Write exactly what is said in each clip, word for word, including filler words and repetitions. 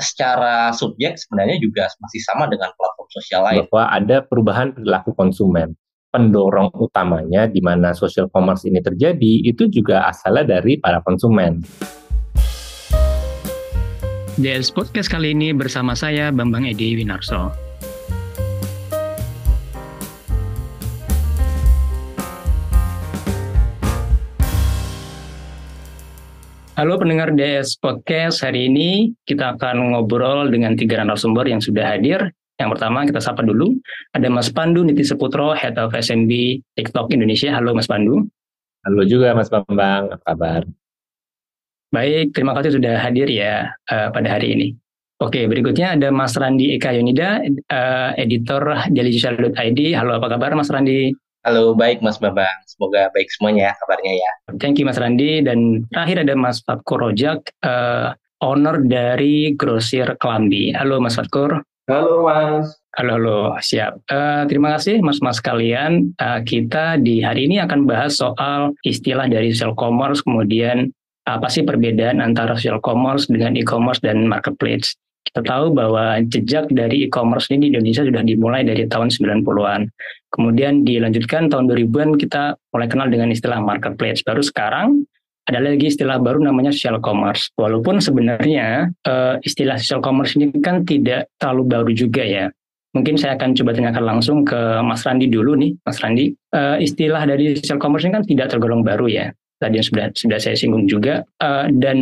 secara subjek sebenarnya juga masih sama dengan platform sosial lain. Bahwa ada perubahan perilaku konsumen. Pendorong utamanya di mana social commerce ini terjadi itu juga asalnya dari para konsumen. D S Podcast kali ini bersama saya Bambang Edi Winarso. Halo pendengar D S Podcast, hari ini kita akan ngobrol dengan tiga narasumber yang sudah hadir. Yang pertama kita sapa dulu, ada Mas Pandu Nitiseputro, Head of S M B TikTok Indonesia. Halo Mas Pandu. Halo juga Mas Bambang, apa kabar? Baik, terima kasih sudah hadir ya uh, pada hari ini. Oke, berikutnya ada Mas Randi Eka Yonida, uh, editor dailyjusal dot I D. Halo, apa kabar Mas Randi? Halo, baik Mas Bambang. Semoga baik semuanya ya kabarnya ya. Thank you Mas Randi. Dan terakhir ada Mas Fatkur Rojak, uh, owner dari Grosir Kelambi. Halo Mas Fatkur. Halo Mas. Halo, halo, siap. Uh, terima kasih Mas-Mas kalian. Uh, kita di hari ini akan bahas soal istilah dari social commerce, kemudian apa sih perbedaan antara social commerce dengan e-commerce dan marketplace. Kita tahu bahwa jejak dari e-commerce ini di Indonesia sudah dimulai dari tahun sembilan puluhan. Kemudian dilanjutkan tahun dua ribuan kita mulai kenal dengan istilah marketplace. Baru sekarang ada lagi istilah baru namanya social commerce. Walaupun sebenarnya uh, istilah social commerce ini kan tidak terlalu baru juga ya. Mungkin saya akan coba tanyakan langsung ke Mas Randi dulu nih. Mas Randi, uh, istilah dari social commerce ini kan tidak tergolong baru ya. Tadi yang sudah sudah saya singgung juga, uh, dan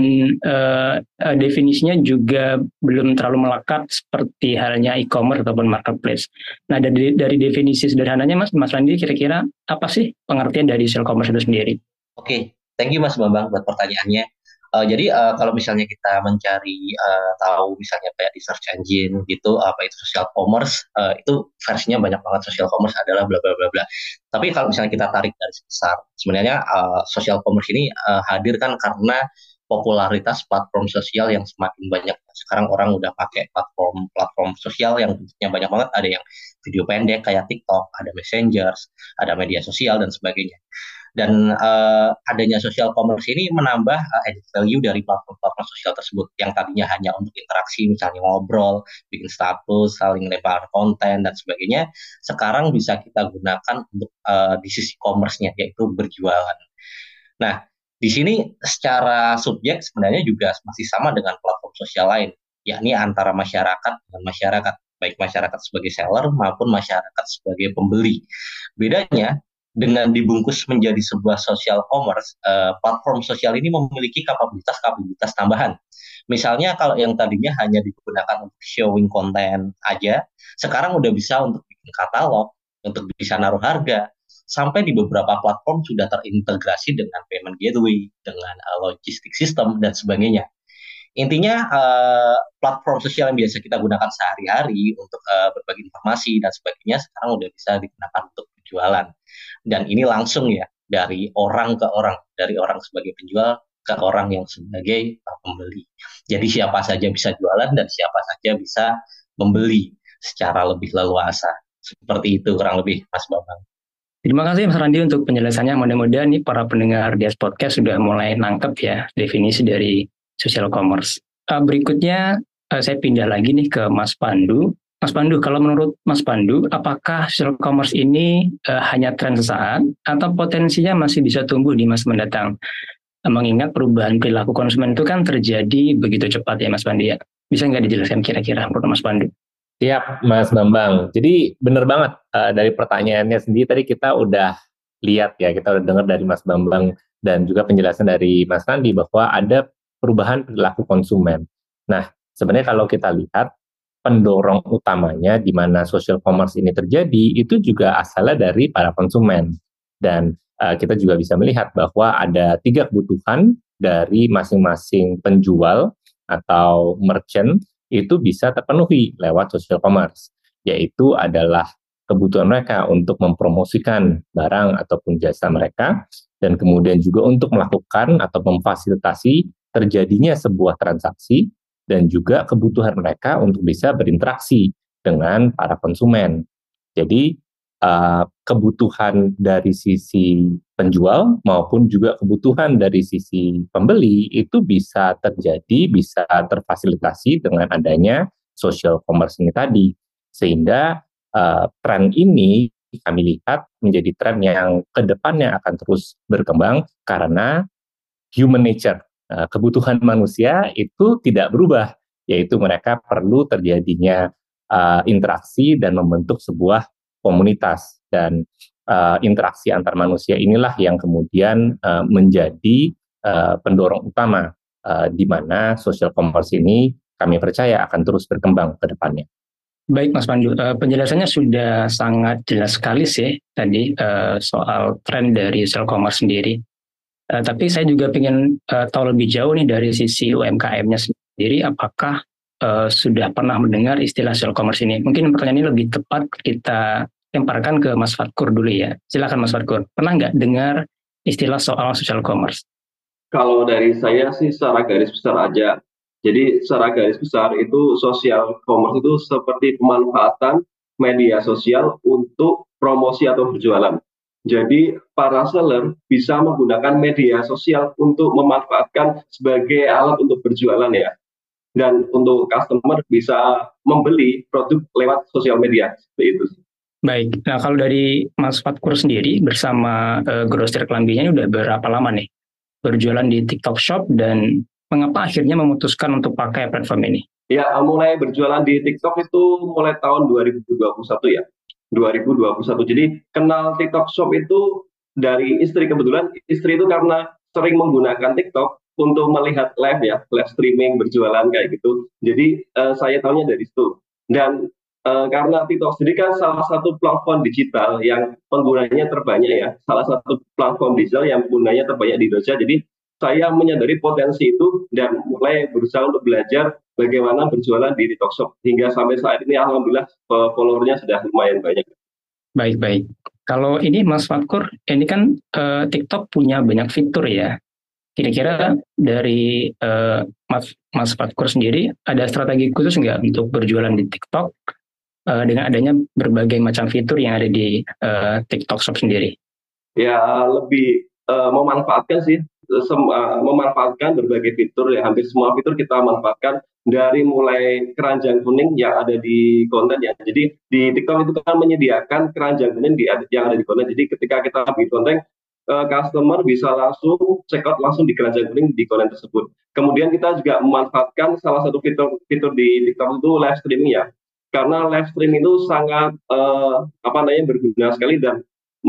uh, uh, definisinya juga belum terlalu melekat seperti halnya e-commerce ataupun marketplace. Nah dari dari definisi sederhananya Mas Mas Randi, kira-kira apa sih pengertian dari social commerce itu sendiri? Oke, thank you Mas Bambang buat pertanyaannya. Uh, jadi uh, kalau misalnya kita mencari uh, tahu misalnya kayak di search engine gitu apa itu social commerce, uh, itu versinya banyak banget. Social commerce adalah bla bla bla bla. Tapi kalau misalnya kita tarik dari besar, sebenarnya uh, social commerce ini uh, hadir kan karena popularitas platform sosial yang semakin banyak. Sekarang orang udah pakai platform platform sosial yang bentuknya banyak banget. Ada yang video pendek kayak TikTok, ada Messenger, ada media sosial dan sebagainya. Dan uh, adanya social commerce ini menambah uh, added value dari platform-platform sosial tersebut yang tadinya hanya untuk interaksi, misalnya ngobrol, bikin status, saling lempar konten dan sebagainya. Sekarang bisa kita gunakan untuk uh, di sisi commerce-nya, yaitu berjualan. Nah, di sini secara subjek sebenarnya juga masih sama dengan platform sosial lain, yakni antara masyarakat dengan masyarakat, baik masyarakat sebagai seller maupun masyarakat sebagai pembeli. Bedanya, dengan dibungkus menjadi sebuah social commerce, uh, platform sosial ini memiliki kapabilitas-kapabilitas tambahan. Misalnya kalau yang tadinya hanya digunakan untuk showing konten aja, sekarang udah bisa untuk bikin katalog, untuk bisa naruh harga, sampai di beberapa platform sudah terintegrasi dengan payment gateway, dengan uh, logistik system, dan sebagainya. Intinya uh, platform sosial yang biasa kita gunakan sehari-hari untuk uh, berbagi informasi dan sebagainya sekarang udah bisa digunakan untuk berjualan. Dan ini langsung ya dari orang ke orang, dari orang sebagai penjual ke orang yang sebagai uh, pembeli. Jadi siapa saja bisa jualan dan siapa saja bisa membeli secara lebih leluasa. Seperti itu kurang lebih Mas Bambang. Terima kasih Mas Randi untuk penjelasannya. Mudah-mudahan nih para pendengar D S Podcast sudah mulai nangkep ya definisi dari social commerce. Uh, berikutnya uh, saya pindah lagi nih ke Mas Pandu. Mas Pandu, kalau menurut Mas Pandu, apakah social commerce ini uh, hanya tren sesaat atau potensinya masih bisa tumbuh di masa mendatang? Uh, mengingat perubahan perilaku konsumen itu kan terjadi begitu cepat ya Mas Pandu ya. Bisa nggak dijelaskan kira-kira menurut Mas Pandu? Siap Mas Bambang. Jadi benar banget uh, dari pertanyaannya sendiri tadi kita udah lihat ya, kita udah dengar dari Mas Bambang dan juga penjelasan dari Mas Randi bahwa ada perubahan perilaku konsumen. Nah, sebenarnya kalau kita lihat pendorong utamanya di mana social commerce ini terjadi itu juga asalnya dari para konsumen. Dan uh, kita juga bisa melihat bahwa ada tiga kebutuhan dari masing-masing penjual atau merchant itu bisa terpenuhi lewat social commerce, yaitu adalah kebutuhan mereka untuk mempromosikan barang ataupun jasa mereka, dan kemudian juga untuk melakukan atau memfasilitasi terjadinya sebuah transaksi, dan juga kebutuhan mereka untuk bisa berinteraksi dengan para konsumen. Jadi uh, kebutuhan dari sisi penjual maupun juga kebutuhan dari sisi pembeli itu bisa terjadi, bisa terfasilitasi dengan adanya social commerce ini tadi. Sehingga uh, tren ini kami lihat menjadi tren yang kedepannya akan terus berkembang karena human nature, uh, kebutuhan manusia itu tidak berubah, yaitu mereka perlu terjadinya uh, interaksi dan membentuk sebuah komunitas, dan uh, interaksi antar manusia inilah yang kemudian uh, menjadi uh, pendorong utama uh, di mana social commerce ini kami percaya akan terus berkembang ke depannya. Baik Mas Pandu, uh, penjelasannya sudah sangat jelas sekali sih tadi uh, soal tren dari social commerce sendiri. Uh, tapi saya juga ingin uh, tahu lebih jauh nih dari sisi U M K M-nya sendiri, apakah uh, sudah pernah mendengar istilah social commerce ini? Mungkin pertanyaan ini lebih tepat kita lemparkan ke Mas Fatkur dulu ya. Silakan Mas Fatkur, pernah nggak dengar istilah soal social commerce? Kalau dari saya sih secara garis besar aja. Jadi secara garis besar itu social commerce itu seperti pemanfaatan media sosial untuk promosi atau berjualan. Jadi para seller bisa menggunakan media sosial untuk memanfaatkan sebagai alat untuk berjualan ya. Dan untuk customer bisa membeli produk lewat sosial media, seperti itu. Baik, nah kalau dari Mas Fatkur sendiri bersama uh, Grosir Kelambinya ini udah berapa lama nih berjualan di TikTok Shop, dan mengapa akhirnya memutuskan untuk pakai platform ini? Ya, mulai berjualan di TikTok itu mulai tahun dua ribu dua puluh satu ya. dua ribu dua puluh satu. Jadi kenal TikTok Shop itu dari istri, kebetulan istri itu karena sering menggunakan TikTok untuk melihat live ya, live streaming berjualan kayak gitu. Jadi uh, saya tahunya dari situ. Dan uh, karena TikTok sendiri kan salah satu platform digital yang penggunanya terbanyak ya, salah satu platform digital yang penggunanya terbanyak di Indonesia. Jadi saya menyadari potensi itu dan mulai berusaha untuk belajar bagaimana berjualan di TikTok Shop. Hingga sampai saat ini alhamdulillah followernya sudah lumayan banyak. Baik-baik. Kalau ini Mas Fatkur, ini kan uh, TikTok punya banyak fitur ya. Kira-kira dari uh, Mas, Mas Fatkur sendiri ada strategi khusus nggak untuk berjualan di TikTok uh, dengan adanya berbagai macam fitur yang ada di uh, TikTok Shop sendiri? Ya lebih uh, memanfaatkan sih. Sem- uh, memanfaatkan berbagai fitur ya, hampir semua fitur kita manfaatkan, dari mulai keranjang kuning yang ada di konten ya. Jadi di TikTok itu kan menyediakan keranjang kuning di, yang ada di konten. Jadi ketika kita bikin konten, uh, customer bisa langsung check out langsung di keranjang kuning di konten tersebut. Kemudian kita juga memanfaatkan salah satu fitur fitur di TikTok itu live streaming ya. Karena live streaming itu sangat uh, apa namanya berguna sekali dan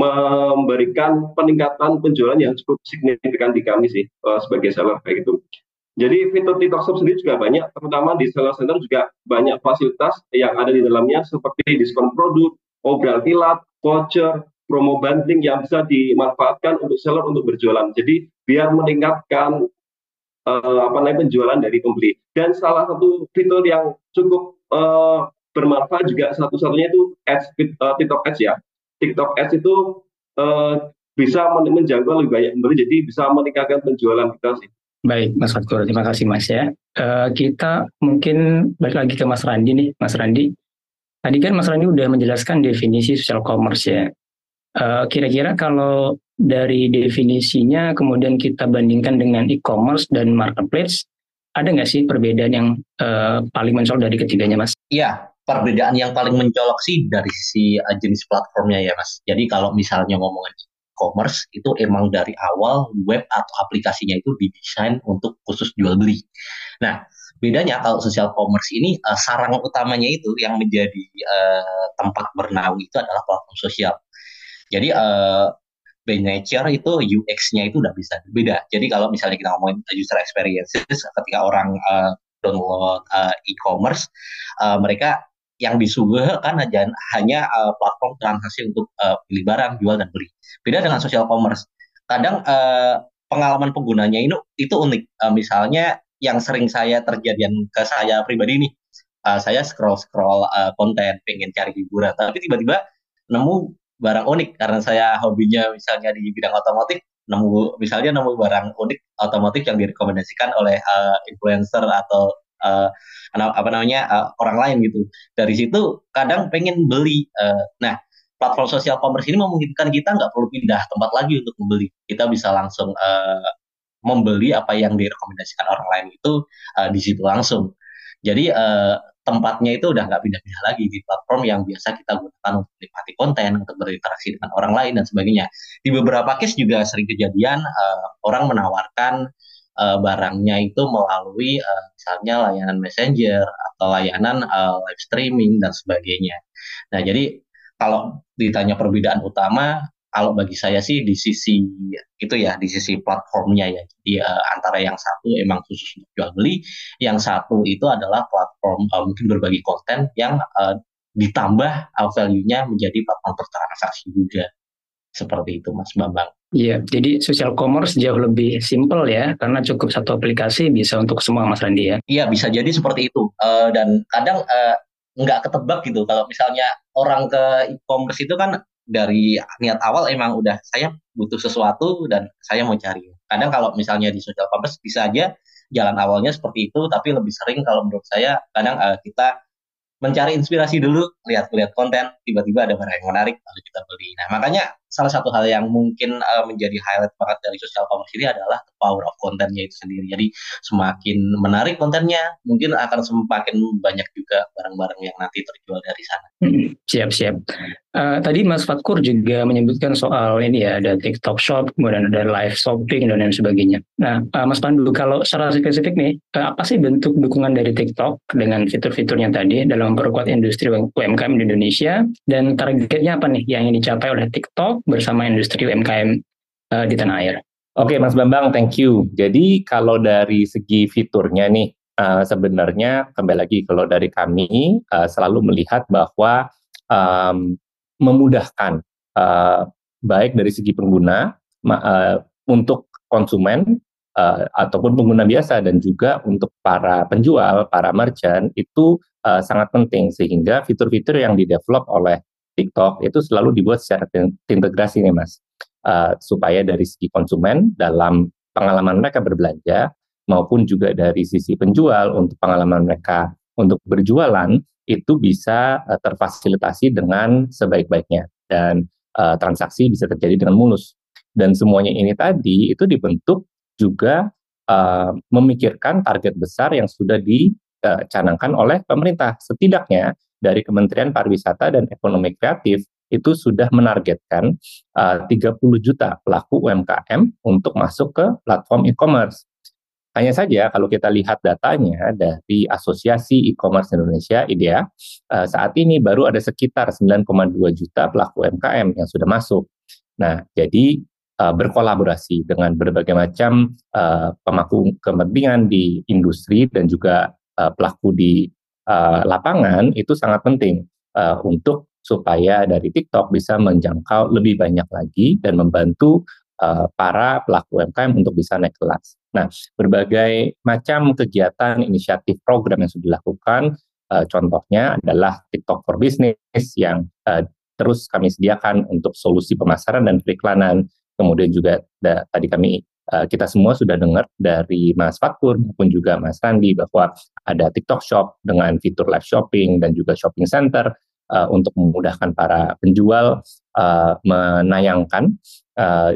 memberikan peningkatan penjualan yang cukup signifikan di kami sih uh, sebagai seller kayak gitu. Jadi fitur TikTok Shop sendiri juga banyak, terutama di seller center juga banyak fasilitas yang ada di dalamnya seperti diskon produk, obral kilat, voucher, promo bundling yang bisa dimanfaatkan untuk seller untuk berjualan. Jadi biar meningkatkan uh, apa namanya penjualan dari pembeli. Dan salah satu fitur yang cukup uh, bermanfaat juga satu-satunya itu ads, uh, TikTok Ads ya. TikTok Ads itu uh, bisa menjangkau lebih banyak pembeli, jadi bisa meningkatkan penjualan kita sih. Baik, Mas Fatkur, terima kasih Mas ya. Uh, kita mungkin balik lagi ke Mas Randi nih, Mas Randi. Tadi kan Mas Randi udah menjelaskan definisi social commerce ya. Uh, kira-kira kalau dari definisinya kemudian kita bandingkan dengan e-commerce dan marketplace, ada nggak sih perbedaan yang uh, paling mencolok dari ketiganya, Mas? Iya. Perbedaan yang paling mencolok sih dari sisi uh, jenis platformnya ya Mas. Jadi kalau misalnya ngomongin e-commerce itu emang dari awal web atau aplikasinya itu didesain untuk khusus jual beli. Nah bedanya kalau social commerce ini uh, sarang utamanya itu yang menjadi uh, tempat bernaung itu adalah platform sosial. Jadi uh, by nature itu U X-nya itu udah bisa beda. Jadi kalau misalnya kita ngomongin user experiences ketika orang uh, download uh, e-commerce, uh, mereka yang disuguhkan aja hanya uh, platform transaksi untuk uh, beli barang, jual dan beli. Beda dengan social commerce. Kadang uh, pengalaman penggunanya ini itu unik. Uh, misalnya yang sering saya terjadian ke saya pribadi nih, uh, saya scroll scroll uh, konten, pengen cari hiburan, tapi tiba-tiba nemu barang unik karena saya hobinya misalnya di bidang otomotif, nemu misalnya nemu barang unik otomotif yang direkomendasikan oleh uh, influencer atau uh, apa namanya uh, orang lain gitu. Dari situ kadang pengen beli. Uh, nah platform sosial commerce ini memungkinkan kita nggak perlu pindah tempat lagi untuk membeli. Kita bisa langsung uh, membeli apa yang direkomendasikan orang lain itu uh, di situ langsung. Jadi uh, tempatnya itu udah nggak pindah-pindah lagi di platform yang biasa kita gunakan untuk menikmati konten, untuk berinteraksi dengan orang lain dan sebagainya. Di beberapa case juga sering kejadian uh, orang menawarkan uh, barangnya itu melalui uh, misalnya layanan messenger atau layanan uh, live streaming dan sebagainya. Nah, jadi kalau ditanya perbedaan utama, kalau bagi saya sih di sisi itu ya, di sisi platformnya ya. Jadi uh, antara yang satu emang khusus untuk jual beli, yang satu itu adalah platform uh, mungkin berbagi konten yang uh, ditambah uh, value-nya menjadi platform bertransaksi juga. Seperti itu Mas Bambang. Iya, jadi social commerce jauh lebih simple ya, karena cukup satu aplikasi bisa untuk semua Mas Randi ya. Iya, bisa jadi seperti itu. Uh, dan kadang uh, nggak ketebak gitu, kalau misalnya orang ke e-commerce itu kan dari niat awal emang udah saya butuh sesuatu dan saya mau cari. Kadang kalau misalnya di social commerce bisa aja jalan awalnya seperti itu, tapi lebih sering kalau menurut saya kadang uh, kita mencari inspirasi dulu, lihat-lihat konten, tiba-tiba ada barang yang menarik, lalu kita beli. Nah, makanya salah satu hal yang mungkin uh, menjadi highlight banget dari social commerce ini adalah the power of kontennya itu sendiri. Jadi semakin menarik kontennya, mungkin akan semakin banyak juga barang-barang yang nanti terjual dari sana. Hmm, siap-siap. Uh, tadi Mas Fatkur juga menyebutkan soal ini ya, ada TikTok Shop, kemudian ada live shopping dan lain sebagainya. Nah, uh, Mas Pandu, kalau secara spesifik nih, uh, apa sih bentuk dukungan dari TikTok dengan fitur-fiturnya tadi dalam memperkuat industri U M K M di Indonesia, dan targetnya apa nih yang ingin dicapai oleh TikTok bersama industri U M K M uh, di tanah air? Oke, Mas Bambang, thank you. Jadi kalau dari segi fiturnya nih, uh, sebenarnya kembali lagi kalau dari kami uh, selalu melihat bahwa um, memudahkan uh, baik dari segi pengguna ma- uh, untuk konsumen uh, ataupun pengguna biasa, dan juga untuk para penjual, para merchant itu uh, sangat penting, sehingga fitur-fitur yang didevelop oleh TikTok itu selalu dibuat secara terintegrasi nih Mas, uh, supaya dari segi konsumen dalam pengalaman mereka berbelanja maupun juga dari sisi penjual untuk pengalaman mereka untuk berjualan itu bisa uh, terfasilitasi dengan sebaik-baiknya, dan uh, transaksi bisa terjadi dengan mulus. Dan semuanya ini tadi itu dibentuk juga uh, memikirkan target besar yang sudah dicanangkan oleh pemerintah. Setidaknya dari Kementerian Pariwisata dan Ekonomi Kreatif itu sudah menargetkan uh, tiga puluh juta pelaku U M K M untuk masuk ke platform e-commerce. Hanya saja kalau kita lihat datanya dari Asosiasi E-commerce Indonesia, I D E A, uh, saat ini baru ada sekitar sembilan koma dua juta pelaku U M K M yang sudah masuk. Nah, jadi uh, berkolaborasi dengan berbagai macam uh, pemangku kepentingan di industri dan juga uh, pelaku di uh, lapangan itu sangat penting uh, untuk supaya dari TikTok bisa menjangkau lebih banyak lagi dan membantu uh, para pelaku U M K M untuk bisa naik kelas. Nah, berbagai macam kegiatan, inisiatif, program yang sudah dilakukan, uh, contohnya adalah TikTok for Business yang uh, terus kami sediakan untuk solusi pemasaran dan periklanan. Kemudian juga da, tadi kami uh, kita semua sudah dengar dari Mas Fatkur maupun juga Mas Randi bahwa ada TikTok Shop dengan fitur live shopping dan juga shopping center uh, untuk memudahkan para penjual uh, menayangkan uh,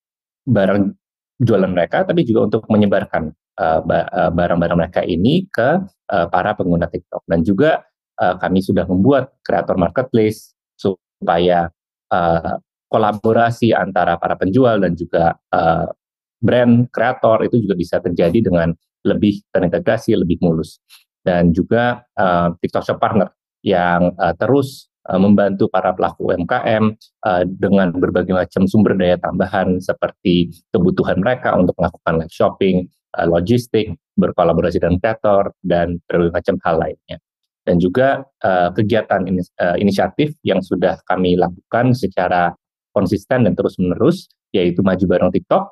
barang jualan mereka, tapi juga untuk menyebarkan uh, barang-barang mereka ini ke uh, para pengguna TikTok. Dan juga uh, kami sudah membuat kreator marketplace supaya uh, kolaborasi antara para penjual dan juga uh, brand kreator itu juga bisa terjadi dengan lebih terintegrasi, lebih mulus. Dan juga uh, TikTok Shop Partner yang uh, terus membantu para pelaku U M K M uh, dengan berbagai macam sumber daya tambahan seperti kebutuhan mereka untuk melakukan live shopping, uh, logistik, berkolaborasi dengan kreator, dan berbagai macam hal lainnya. Dan juga uh, kegiatan inis- uh, inisiatif yang sudah kami lakukan secara konsisten dan terus-menerus, yaitu Maju Bareng TikTok,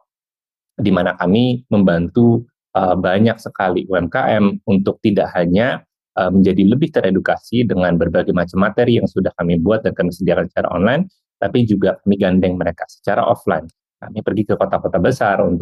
di mana kami membantu uh, banyak sekali U M K M untuk tidak hanya menjadi lebih teredukasi dengan berbagai macam materi yang sudah kami buat dan kami sediakan secara online, tapi juga kami gandeng mereka secara offline. Kami pergi ke kota-kota besar untuk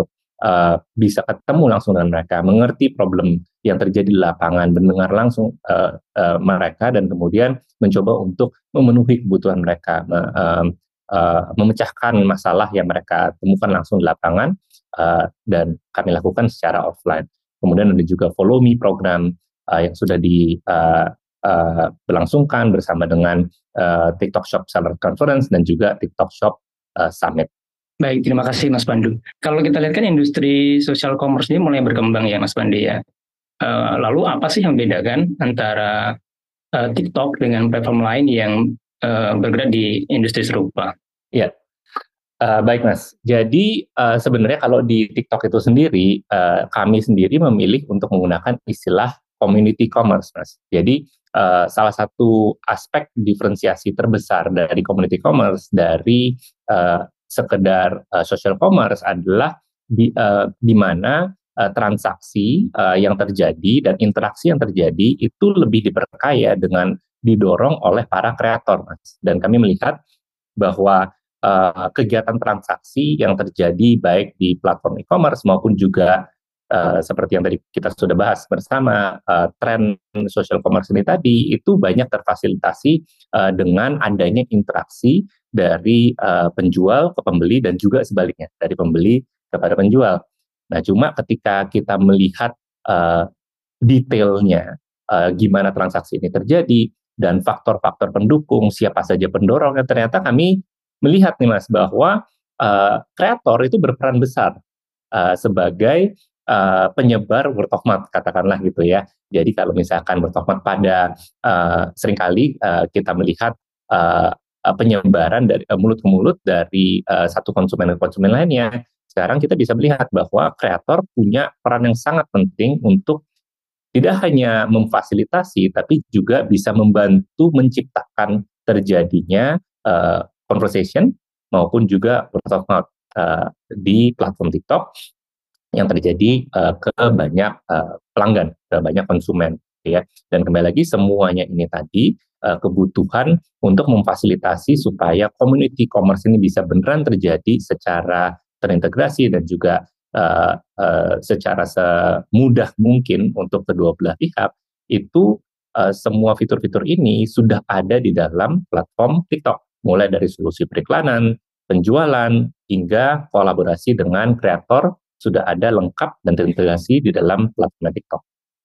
uh, bisa ketemu langsung dengan mereka, mengerti problem yang terjadi di lapangan, mendengar langsung uh, uh, mereka, dan kemudian mencoba untuk memenuhi kebutuhan mereka, uh, uh, memecahkan masalah yang mereka temukan langsung di lapangan, uh, dan kami lakukan secara offline. Kemudian ada juga Follow Me program uh, yang sudah di uh, uh, berlangsungkan bersama dengan uh, TikTok Shop Seller Conference dan juga TikTok Shop uh, Summit. Baik, terima kasih Mas Pandu. Kalau kita lihat kan industri social commerce ini mulai berkembang ya Mas Pandu ya. Uh, lalu apa sih yang membedakan antara uh, TikTok dengan platform lain yang uh, bergerak di industri serupa? Ya, uh, baik Mas. Jadi uh, sebenarnya kalau di TikTok itu sendiri, uh, kami sendiri memilih untuk menggunakan istilah community commerce, Mas. Jadi uh, salah satu aspek diferensiasi terbesar dari community commerce dari uh, sekedar uh, social commerce adalah di, uh, di mana uh, transaksi uh, yang terjadi dan interaksi yang terjadi itu lebih diperkaya dengan didorong oleh para kreator, Mas. Dan kami melihat bahwa uh, kegiatan transaksi yang terjadi baik di platform e-commerce maupun juga uh, seperti yang tadi kita sudah bahas bersama, uh, tren social commerce ini tadi itu banyak terfasilitasi uh, dengan adanya interaksi dari uh, penjual ke pembeli dan juga sebaliknya dari pembeli kepada penjual. Nah, cuma ketika kita melihat uh, detailnya uh, gimana transaksi ini terjadi dan faktor-faktor pendukung, siapa saja pendorongnya, ternyata kami melihat nih Mas bahwa uh, kreator itu berperan besar uh, sebagai uh, penyebar word of mouth, katakanlah gitu ya. Jadi kalau misalkan word of mouth pada uh, seringkali uh, kita melihat uh, penyebaran dari uh, mulut ke mulut dari uh, satu konsumen ke konsumen lainnya. Sekarang kita bisa melihat bahwa kreator punya peran yang sangat penting untuk tidak hanya memfasilitasi, tapi juga bisa membantu menciptakan terjadinya uh, conversation maupun juga word of mouth uh, di platform TikTok yang terjadi uh, ke banyak uh, pelanggan, ke banyak konsumen, ya. Dan kembali lagi semuanya ini tadi uh, kebutuhan untuk memfasilitasi supaya community commerce ini bisa beneran terjadi secara terintegrasi dan juga uh, uh, secara semudah mungkin untuk kedua belah pihak. Itu uh, semua fitur-fitur ini sudah ada di dalam platform TikTok, mulai dari solusi periklanan, penjualan, hingga kolaborasi dengan kreator sudah ada lengkap dan terintegrasi di dalam platform TikTok.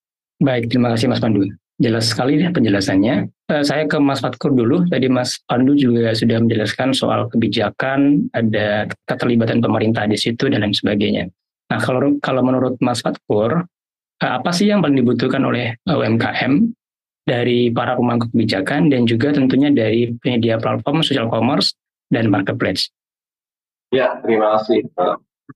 Baik, terima kasih Mas Pandu. Jelas sekali ya penjelasannya. Uh, saya ke Mas Fatkur dulu. Tadi Mas Pandu juga sudah menjelaskan soal kebijakan, ada keterlibatan pemerintah di situ dan lain sebagainya. Nah, kalau kalau menurut Mas Fatkur, uh, apa sih yang paling dibutuhkan oleh U M K M dari para pemangku kebijakan dan juga tentunya dari penyedia platform social commerce dan marketplace? Ya, terima kasih. Uh,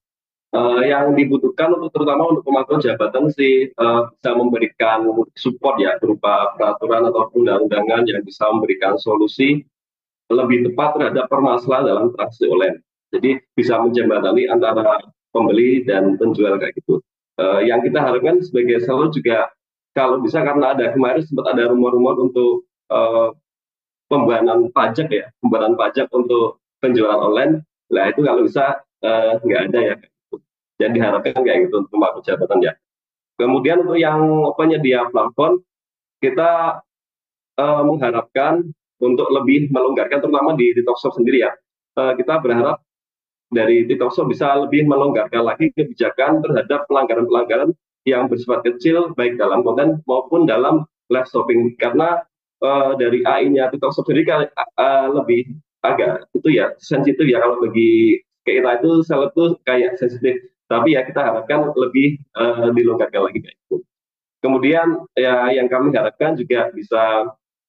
Uh, yang dibutuhkan untuk terutama untuk pemangku jabatan sih uh, bisa memberikan support ya berupa peraturan atau undang-undangan yang bisa memberikan solusi lebih tepat terhadap permasalahan dalam transaksi online. Jadi bisa menjembatani antara pembeli dan penjual kayak gitu. Uh, yang kita harapkan sebagai seller juga kalau bisa, karena ada kemarin sempat ada rumor-rumor untuk uh, pembayaran pajak ya, pembayaran pajak untuk penjualan online. Nah itu kalau bisa uh, nggak ada ya. Jadi diharapkan kayak gitu untuk pemangku jabatan ya. Kemudian untuk yang penyedia platform, kita uh, mengharapkan untuk lebih melonggarkan, terutama di TikTok Shop sendiri ya. Uh, kita berharap dari TikTok Shop bisa lebih melonggarkan lagi kebijakan terhadap pelanggaran-pelanggaran yang bersifat kecil, baik dalam konten maupun dalam live shopping. Karena uh, dari A I-nya TikTok Shop sendiri uh, lebih agak itu ya sensitif ya, kalau bagi kita itu seller itu kayak sensitif. Tapi ya kita harapkan lebih uh, dilonggarkan lagi kayak itu. Kemudian ya yang kami harapkan juga bisa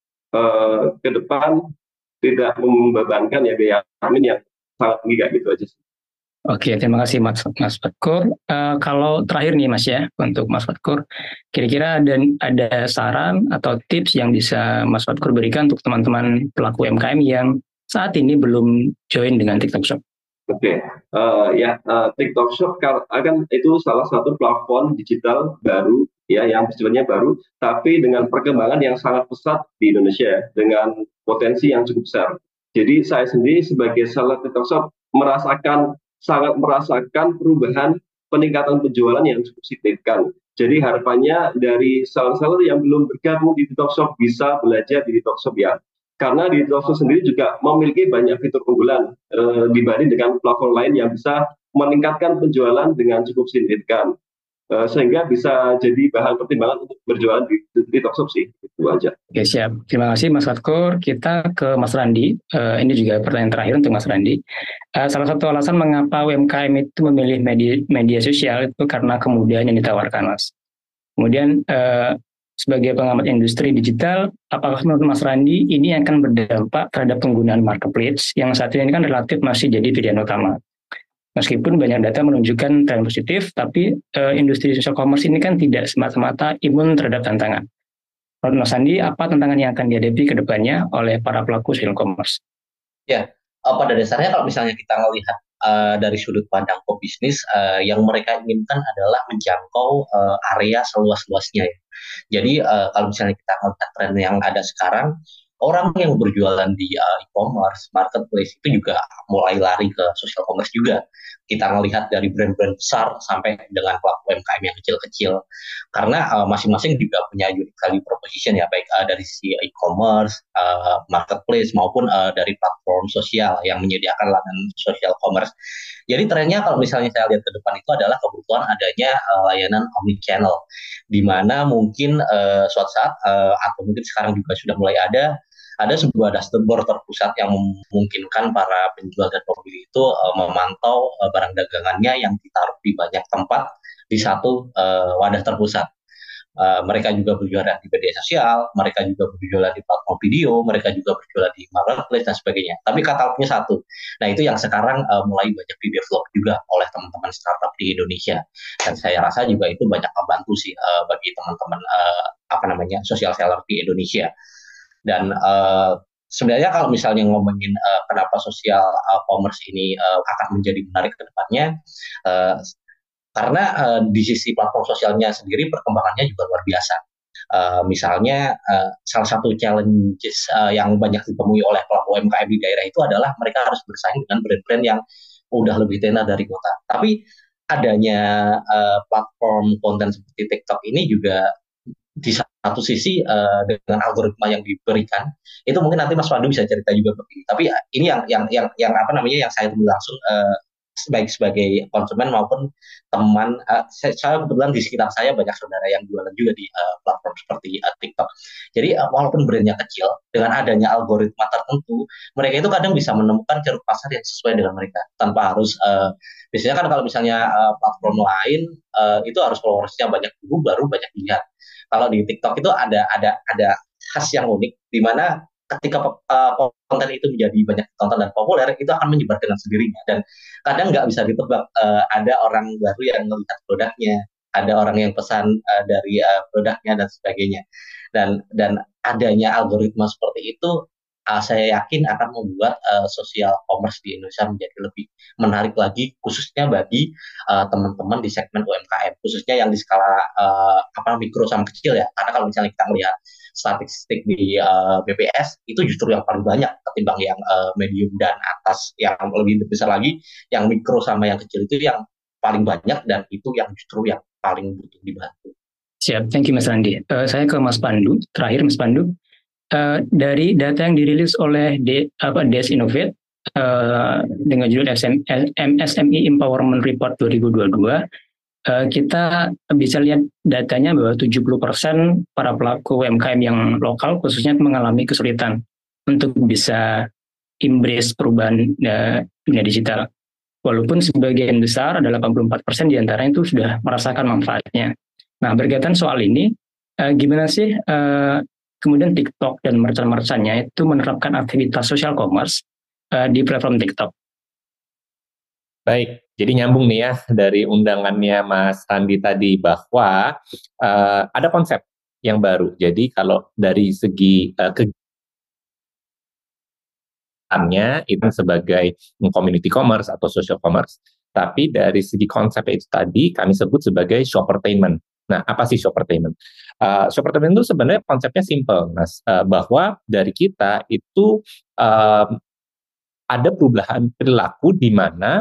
uh, ke depan tidak membebankan ya biaya admin yang sangat tinggi kayak gitu aja. Oke, terima kasih Mas Mas Fatkur. Uh, kalau terakhir nih Mas ya, untuk Mas Fatkur, kira-kira ada ada saran atau tips yang bisa Mas Fatkur berikan untuk teman-teman pelaku U M K M yang saat ini belum join dengan TikTok Shop? Oke, okay. uh, ya uh, TikTok Shop kan itu salah satu platform digital baru ya yang sebenarnya baru, tapi dengan perkembangan yang sangat pesat di Indonesia dengan potensi yang cukup besar. Jadi saya sendiri sebagai seller TikTok Shop merasakan sangat merasakan perubahan peningkatan penjualan yang cukup signifikan. Jadi harapannya dari seller-seller yang belum bergabung di TikTokShop bisa belajar di TikTokShop ya. Karena di TikTokShop sendiri juga memiliki banyak fitur unggulan eh, dibanding dengan platform lain yang bisa meningkatkan penjualan dengan cukup signifikan. Uh, sehingga bisa jadi bahan pertimbangan untuk berjualan di, di, di TikTokShop sih, itu aja. Oke, siap. Terima kasih Mas Fatkur. Kita ke Mas Randi. Uh, ini juga pertanyaan terakhir untuk Mas Randi. Uh, salah satu alasan mengapa U M K M itu memilih media, media sosial itu karena kemudahan yang ditawarkan, Mas. Kemudian uh, sebagai pengamat industri digital, apakah menurut Mas Randi ini akan berdampak terhadap penggunaan marketplace yang saat ini kan relatif masih jadi pilihan utama? Meskipun banyak data menunjukkan tren positif, tapi uh, industri social commerce ini kan tidak semata-mata imun terhadap tantangan. Menurut Mas Andi, apa tantangan yang akan dihadapi ke depannya oleh para pelaku social commerce? Ya, uh, pada dasarnya kalau misalnya kita melihat uh, dari sudut pandang pebisnis, uh, yang mereka inginkan adalah menjangkau uh, area seluas-luasnya. Ya. Jadi uh, kalau misalnya kita melihat tren yang ada sekarang, orang yang berjualan di uh, e-commerce, marketplace itu juga mulai lari ke social commerce juga. Kita melihat dari brand-brand besar sampai dengan pelaku U M K M yang kecil-kecil. Karena uh, masing-masing juga punya unique value proposition ya, baik uh, dari sisi e-commerce, uh, marketplace maupun uh, dari platform sosial yang menyediakan layanan social commerce. Jadi trennya kalau misalnya saya lihat ke depan itu adalah kebutuhan adanya uh, layanan omnichannel, di mana mungkin uh, suatu saat uh, atau mungkin sekarang juga sudah mulai ada ada sebuah dashboard terpusat yang memungkinkan para penjual dan pembeli itu uh, memantau uh, barang dagangannya yang ditaruh di banyak tempat di satu uh, wadah terpusat. Uh, mereka juga berjualan di media sosial, mereka juga berjualan di platform video, mereka juga berjualan di marketplace dan sebagainya. Tapi katalognya satu. Nah itu yang sekarang uh, mulai banyak di develop juga oleh teman-teman startup di Indonesia. Dan saya rasa juga itu banyak membantu sih uh, bagi teman-teman uh, apa namanya social seller di Indonesia. Dan uh, sebenarnya kalau misalnya ngomongin uh, kenapa social uh, commerce ini uh, akan menjadi menarik ke depannya, uh, karena uh, di sisi platform sosialnya sendiri perkembangannya juga luar biasa. Uh, misalnya uh, salah satu challenges uh, yang banyak ditemui oleh pelaku U M K M di daerah itu adalah mereka harus bersaing dengan brand-brand yang udah lebih tenar dari kota. Tapi adanya uh, platform konten seperti TikTok ini juga di satu sisi uh, dengan algoritma yang diberikan itu mungkin nanti Mas Pandu bisa cerita juga begini. Tapi ini yang yang yang yang apa namanya yang saya temui langsung uh, baik sebagai konsumen maupun teman. Uh, saya, saya kebetulan di sekitar saya banyak saudara yang jualan juga di uh, platform seperti uh, TikTok. Jadi uh, walaupun brandnya kecil, dengan adanya algoritma tertentu, mereka itu kadang bisa menemukan ceruk pasar yang sesuai dengan mereka tanpa harus. Uh, biasanya kan kalau misalnya uh, platform lain uh, itu harus followersnya banyak dulu baru banyak dilihat. Kalau di TikTok itu ada ada ada khas yang unik di mana ketika uh, konten itu menjadi banyak ditonton dan populer itu akan menyebar dengan sendirinya dan kadang nggak bisa ditebak uh, ada orang baru yang melihat produknya, ada orang yang pesan uh, dari uh, produknya dan sebagainya. Dan dan adanya algoritma seperti itu uh, saya yakin akan membuat uh, social commerce di Indonesia menjadi lebih menarik lagi, khususnya bagi uh, teman-teman di segmen U M K M, khususnya yang di skala uh, apa mikro sama kecil ya. Karena kalau misalnya kita melihat statistik di uh, B P S itu justru yang paling banyak ketimbang yang uh, medium dan atas, yang lebih besar lagi yang mikro sama yang kecil itu yang paling banyak dan itu yang justru yang paling butuh dibantu. Siap, thank you Mas Randi. Uh, saya ke Mas Pandu, terakhir Mas Pandu. Uh, dari data yang dirilis oleh D, apa, Des Innovate uh, dengan judul M S M E Empowerment Report dua ribu dua puluh dua, uh, kita bisa lihat datanya bahwa tujuh puluh persen para pelaku U M K M yang lokal khususnya mengalami kesulitan untuk bisa embrace perubahan uh, dunia digital. Walaupun sebagian besar adalah delapan puluh empat persen diantaranya itu sudah merasakan manfaatnya. Nah, berkaitan soal ini, uh, gimana sih uh, kemudian TikTok dan merchant-merchantnya itu menerapkan aktivitas social commerce uh, di platform TikTok? Baik, jadi nyambung nih ya dari undangannya Mas Randi tadi bahwa uh, ada konsep yang baru. Jadi kalau dari segi uh, kegiatannya itu sebagai community commerce atau social commerce, tapi dari segi konsep itu tadi kami sebut sebagai shoppertainment. Nah, apa sih shoppertainment? Uh, shoppertainment itu sebenarnya konsepnya simple, Mas, uh, bahwa dari kita itu um, ada perubahan perilaku di mana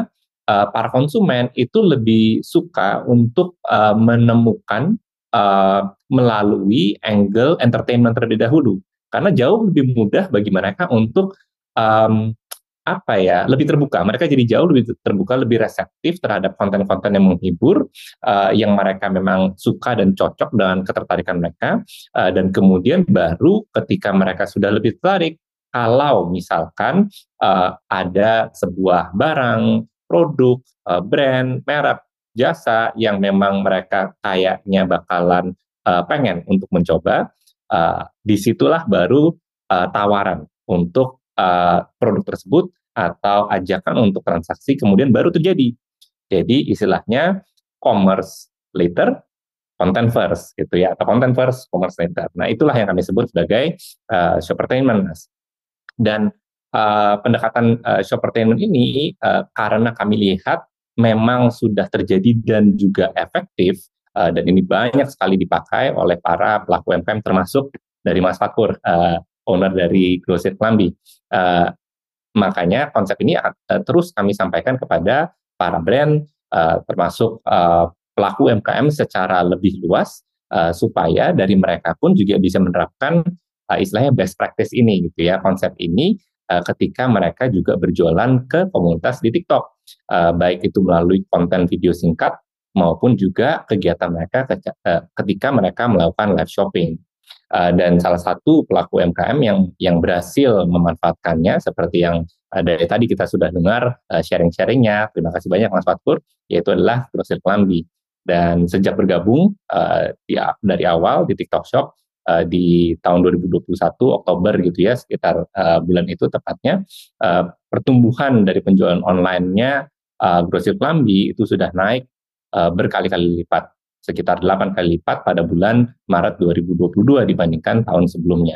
uh, para konsumen itu lebih suka untuk uh, menemukan uh, melalui angle entertainment terlebih dahulu, karena jauh lebih mudah bagi mereka untuk um, apa ya, lebih terbuka. Mereka jadi jauh lebih terbuka, lebih reseptif terhadap konten-konten yang menghibur, uh, yang mereka memang suka dan cocok dengan ketertarikan mereka, uh, dan kemudian baru ketika mereka sudah lebih tertarik, kalau misalkan uh, ada sebuah barang, produk, uh, brand, merek, jasa yang memang mereka kayaknya bakalan uh, pengen untuk mencoba, uh, disitulah baru uh, tawaran untuk Uh, produk tersebut atau ajakan untuk transaksi kemudian baru terjadi. Jadi istilahnya commerce later, content first gitu ya, atau content first, commerce later. Nah, itulah yang kami sebut sebagai uh, shoppertainment, Mas. Dan uh, pendekatan uh, shoppertainment ini uh, karena kami lihat memang sudah terjadi dan juga efektif, uh, dan ini banyak sekali dipakai oleh para pelaku U M K M termasuk dari Mas Fatkur, uh, owner dari Grosir Klambi. Uh, makanya konsep ini uh, terus kami sampaikan kepada para brand, uh, termasuk uh, pelaku U M K M secara lebih luas, uh, supaya dari mereka pun juga bisa menerapkan uh, istilahnya best practice ini gitu ya, konsep ini uh, ketika mereka juga berjualan ke komunitas di TikTok, uh, baik itu melalui konten video singkat maupun juga kegiatan mereka ke, uh, ketika mereka melakukan live shopping. Uh, dan salah satu pelaku U M K M yang yang berhasil memanfaatkannya seperti yang uh, dari tadi kita sudah dengar uh, sharing-sharingnya, terima kasih banyak Mas Fatkur, yaitu adalah Grosir Klambi. Dan sejak bergabung uh, di, dari awal di TikTok Shop uh, di tahun dua ribu dua puluh satu Oktober gitu ya, sekitar uh, bulan itu tepatnya, uh, pertumbuhan dari penjualan online-nya uh, Grosir Klambi itu sudah naik uh, berkali-kali lipat, sekitar delapan kali lipat pada bulan Maret dua ribu dua puluh dua dibandingkan tahun sebelumnya.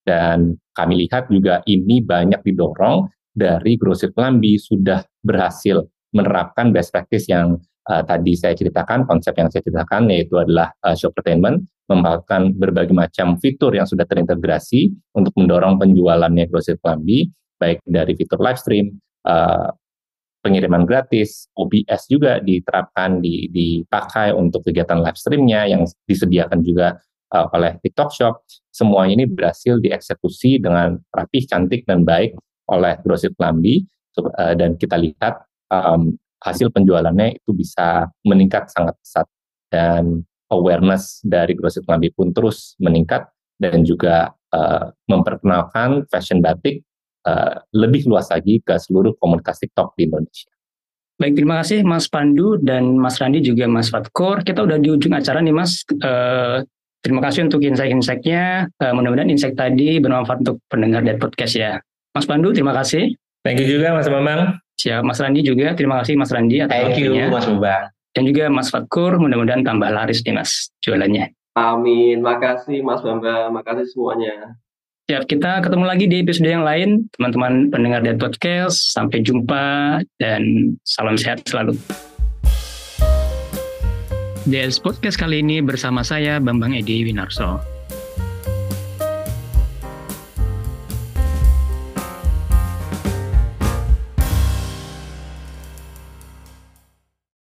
Dan kami lihat juga ini banyak didorong dari Grosir Klambi sudah berhasil menerapkan best practice yang uh, tadi saya ceritakan, konsep yang saya ceritakan, yaitu adalah uh, shoppertainment, memanfaatkan berbagai macam fitur yang sudah terintegrasi untuk mendorong penjualannya Grosir Klambi, baik dari fitur live stream, uh, pengiriman gratis, O B S juga diterapkan, dipakai untuk kegiatan live streamnya yang disediakan juga uh, oleh TikTok Shop. Semua ini berhasil dieksekusi dengan rapih, cantik, dan baik oleh Grosir Klambi, uh, dan kita lihat um, hasil penjualannya itu bisa meningkat sangat pesat, dan awareness dari Grosir Klambi pun terus meningkat, dan juga uh, memperkenalkan fashion batik Uh, lebih luas lagi ke seluruh komunitas TikTok di Indonesia. Baik, terima kasih Mas Pandu dan Mas Randi juga Mas Fatkur. Kita udah di ujung acara nih Mas. Uh, terima kasih untuk insight-insight-nya. Uh, mudah-mudahan insight tadi bermanfaat untuk pendengar dari podcast ya. Mas Pandu, terima kasih. Thank you juga Mas Bambang. Siap, Mas Randi juga. Terima kasih Mas Randi atas Thank waktunya. you Mas Bambang. Dan juga Mas Fatkur, mudah-mudahan tambah laris nih Mas jualannya. Amin, makasih Mas Bambang, makasih semuanya. Ya, kita ketemu lagi di episode yang lain, teman-teman pendengar dari podcast. Sampai jumpa dan salam sehat selalu. D S Podcast kali ini bersama saya Bambang Edi Winarso.